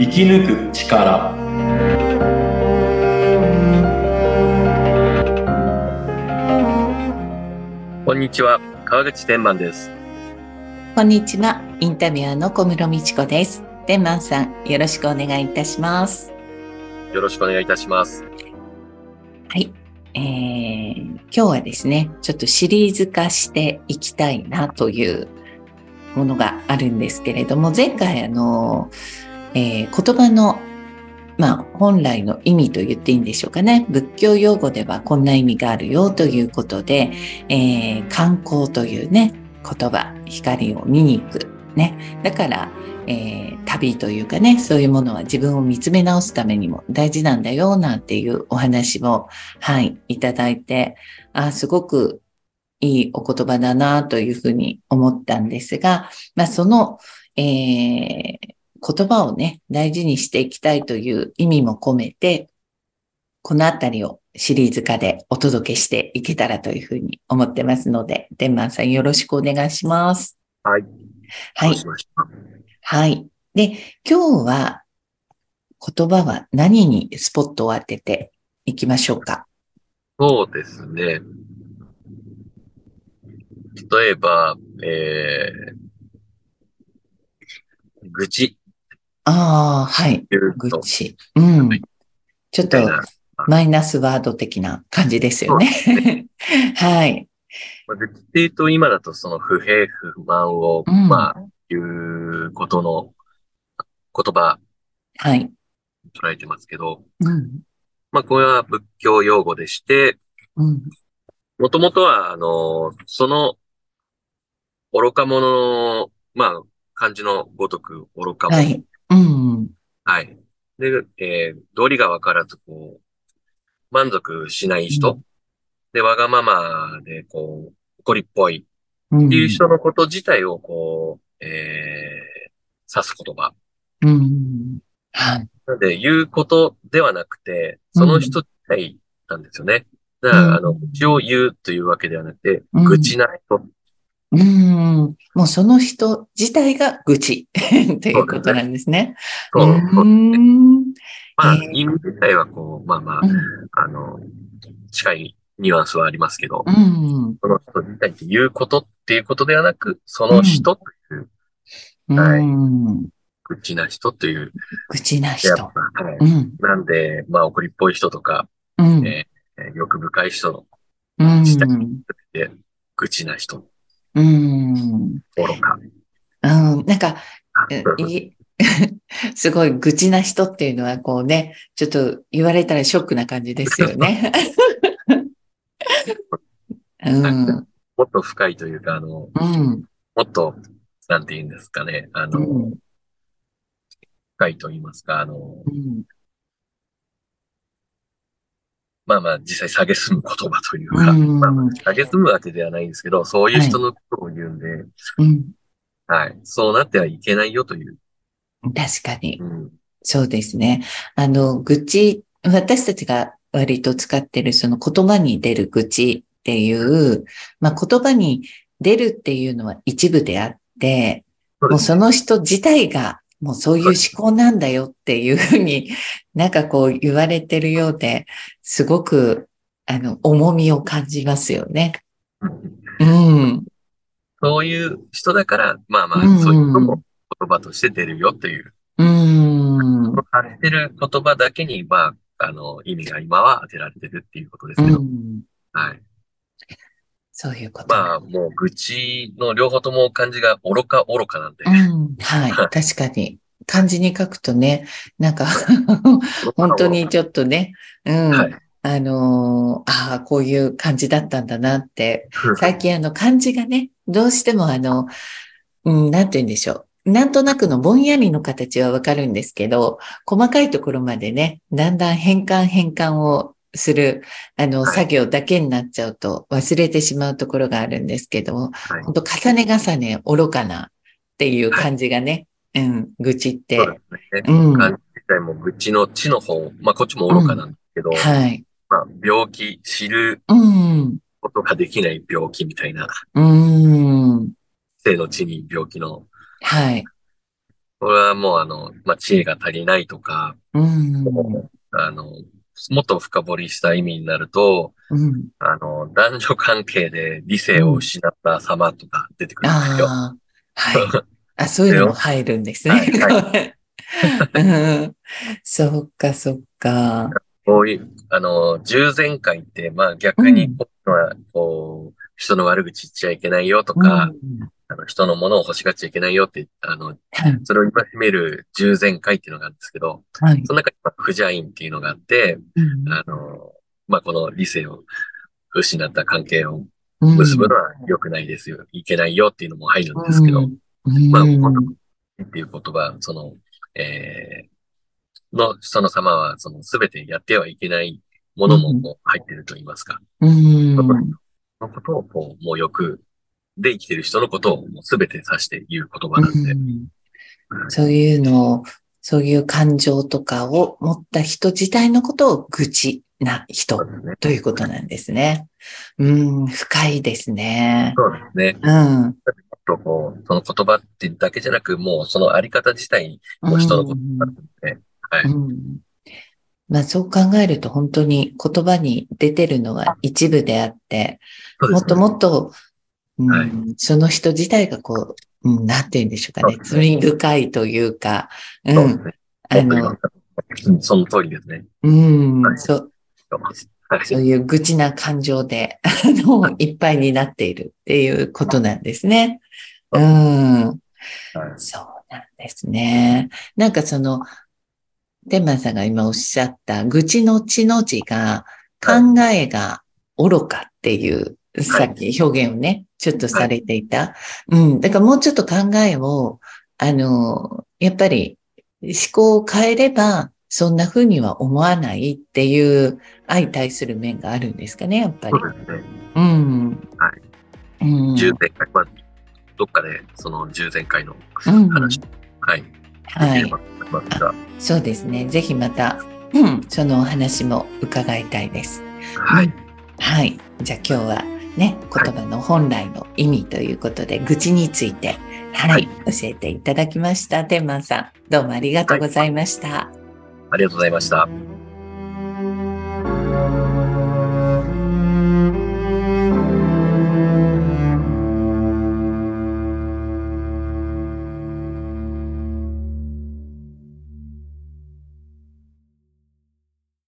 生き抜く力。 こんにちは、川口天満です。 こんにちは。インタビュアーの小室美智子です。天満さん、よろしくお願いいたします。 よろしくお願いいたします。 はい。今日はですね、ちょっとシリーズ化していきたいなというものがあるんですけれども、前回言葉の本来の意味と言っていいんでしょうかね。仏教用語ではこんな意味があるよということで、観光というね、言葉、光を見に行く。ね。だから、旅というかね、そういうものは自分を見つめ直すためにも大事なんだよ、なんていうお話を、いただいて、すごくいいお言葉だなというふうに思ったんですが、その、言葉をね、大事にしていきたいという意味も込めて、このあたりをシリーズ化でお届けしていけたらというふうに思ってますので、天満さんよろしくお願いします。 はい。 はい。 どうしました。 はい。で、今日は言葉は何にスポットを当てていきましょうか。 そうですね。例えば、愚痴はい。 言うと、 愚痴。うん。ちょっとみたいな。 マイナスワード的な感じですよそうですね。 ね。はい。 愚痴っていうと、今だとその不平不満を、 うん。 言うことの言葉はい。 捉えてますけど、 うん。 これは仏教用語でして、 うん。 もともとは、その愚か者の、漢字のごとく愚か者。 はい。うん。 はい。で、道理がわからず、満足しない人。 うん。 で、わがままで、怒りっぽいっていううん。 人のこと自体を、指す言葉。 うん。はい。 なので、言うことではなくて、 うん。 その人自体なんですよね。だから、 うん。 愚痴を言うというわけではなくて、 うん。 愚痴な人。 うん。もうその人自体が愚痴ということなそうですね。 んですね。うそう、そうですね。 ん。 意味自体は、 うん。 あの、近いニュアンスはありますけど、 うん。 その人自体っていうことっていうことではなく、そうん。 の人という、 うはい、 ん。 愚痴な人という、 愚痴なやっ人。 ぱ、はい。 うん。 なんで、怒りっぽい人とか、 うん。 え欲深い人のう自体ん。 で、愚痴な人、 うん。 愚か。 うん。なんか、すごい愚痴な人っていうのはこうね、ちょっと言われたらショックな感じですよね。うなんかん。 もっと深いというか、 うん。 もっと、なんて言うんですかね、 うん。 深いと言いますか、 うん。 実際蔑む言葉といううか、 ん。 蔑むわけではないんですけど、そういうはい。 人のことを言うんで、 うん。 はい。そうなってはいけないよという。 確かに。 うん。 そうですね。愚痴、私たちが割と使ってるその言葉に出る愚痴っていう、言葉に出るっていうのは一部であって、もうそそうですね。 の人自体がもうそういうそうです。 思考なんだよっていうふうになんかこう言われてるようで、すごく重みを感じますよね。 うん。 うん。 そういう人だから、 うそういう人もん。 言葉として出るよという、 うん。 発してる言葉だけに、意味が今は当てられてるっていうことですうけど。 ん。 はい。 そういうことなんです。 もう愚痴の両方とも漢字が愚か愚かなんで。 うん。はい。 はい。 確かに。漢字に書くとね、なんか愚か愚か。 本当にちょっとね、うん。 はい。 こういう感じだったんだなって、最近漢字がね、どうしてもなんて言うんでしょう。なんとなくのぼんやりの形はわかるんですけど、細かいところまでね、だんだん変換をする、 はい。 作業だけになっちゃうと忘れてしまうところがあるんですけども、 はい。 本当重ね重ね愚かなっていうはい。 感じがね、うん、愚痴って、 そうですね。 うん、 漢字自体も愚痴の知の方、こっちもうん、 愚かなんですけど、 はい、 病気、知るうん、 ことができない病気みたいな、 うん、 生の地に病気の、 はい。 これはもうまあ、知恵が足りないとか、 うん。 もっと深掘りした意味になると、 うん。 男女関係で理性をうん。 失った様とか出てくるんですよ。 ああ、はい。あ、そういうのもでも、 入るんですね。 はい、はい。 うん。そっか、そっか。 こういう、従前回って、まあ逆に、 うん。 人の悪口言っちゃいけないよとうか、 ん。 人のものを欲しがっちゃいけないよって、 はい。 それを戒める従前回っていうのがあるんですけど、 はい。 その中に、まあ、不邪因っていうのがあって、 うん。 まあこの理性を失った関係をうん。 結ぶのは良くないですよ。いけないよっていうのも入るんですけど、 うん。うまあ、本ん。 当っていう言葉、その様は、すべてやってはいけないものもうん。 こう入ってると言いますか。 うん。 そのことを、もう欲で生きてる人のことをもうすべて指して言う言葉うなんで。 ん。そういうのを、そういう感情とかを持った人自体のことを愚痴な人そうですね。 ということなんですね。うん、深いですね。 そうですね。 うん、うん、 その言葉ってだけじゃなく、もうそのあり方自体に、 うもう人のことだん、 と思って、はうい。 ん。まあそう考えると本当に言葉に出てるのは一部であって、もっとそうですね。 もっと、 はい。 その人自体がこう、なんて言うんでしょうかね、 そうですね。 罪深いというか、うん、 そうですね。もっと言いまあの、 すか。その通りですね。 うはい。 そう、 はい。 そういう愚痴な感情で、いっぱいになっているっていうことなんですね。うそうですね。 ん。 はい。 そうなんですね。なんかその、天満さんが今おっしゃった愚痴の地の字がはい。 考えが愚かっていうはい。 さっき表現をね、ちょっとはい。 されていた。うん。だからもうちょっと考えを、やっぱり思考を変えればそんな風には思わないっていう相対する面があるんですかね、やっぱり。 そうですね。 うん。 はい。 うん。 10前回、まあ、どっかでその10前回のう話、 ん。 はい、できはい。 ればと思いますあ、 が、 そうですね。ぜひまた、そのお話も伺いたいです。うはい。 ん。はい。じゃあ今日はね、 はい。 言葉の本来の意味ということで、愚痴について、ははい。 い、教えていただきました。天満さん、どうもありがとはい。 うございました。 ありがとうございました。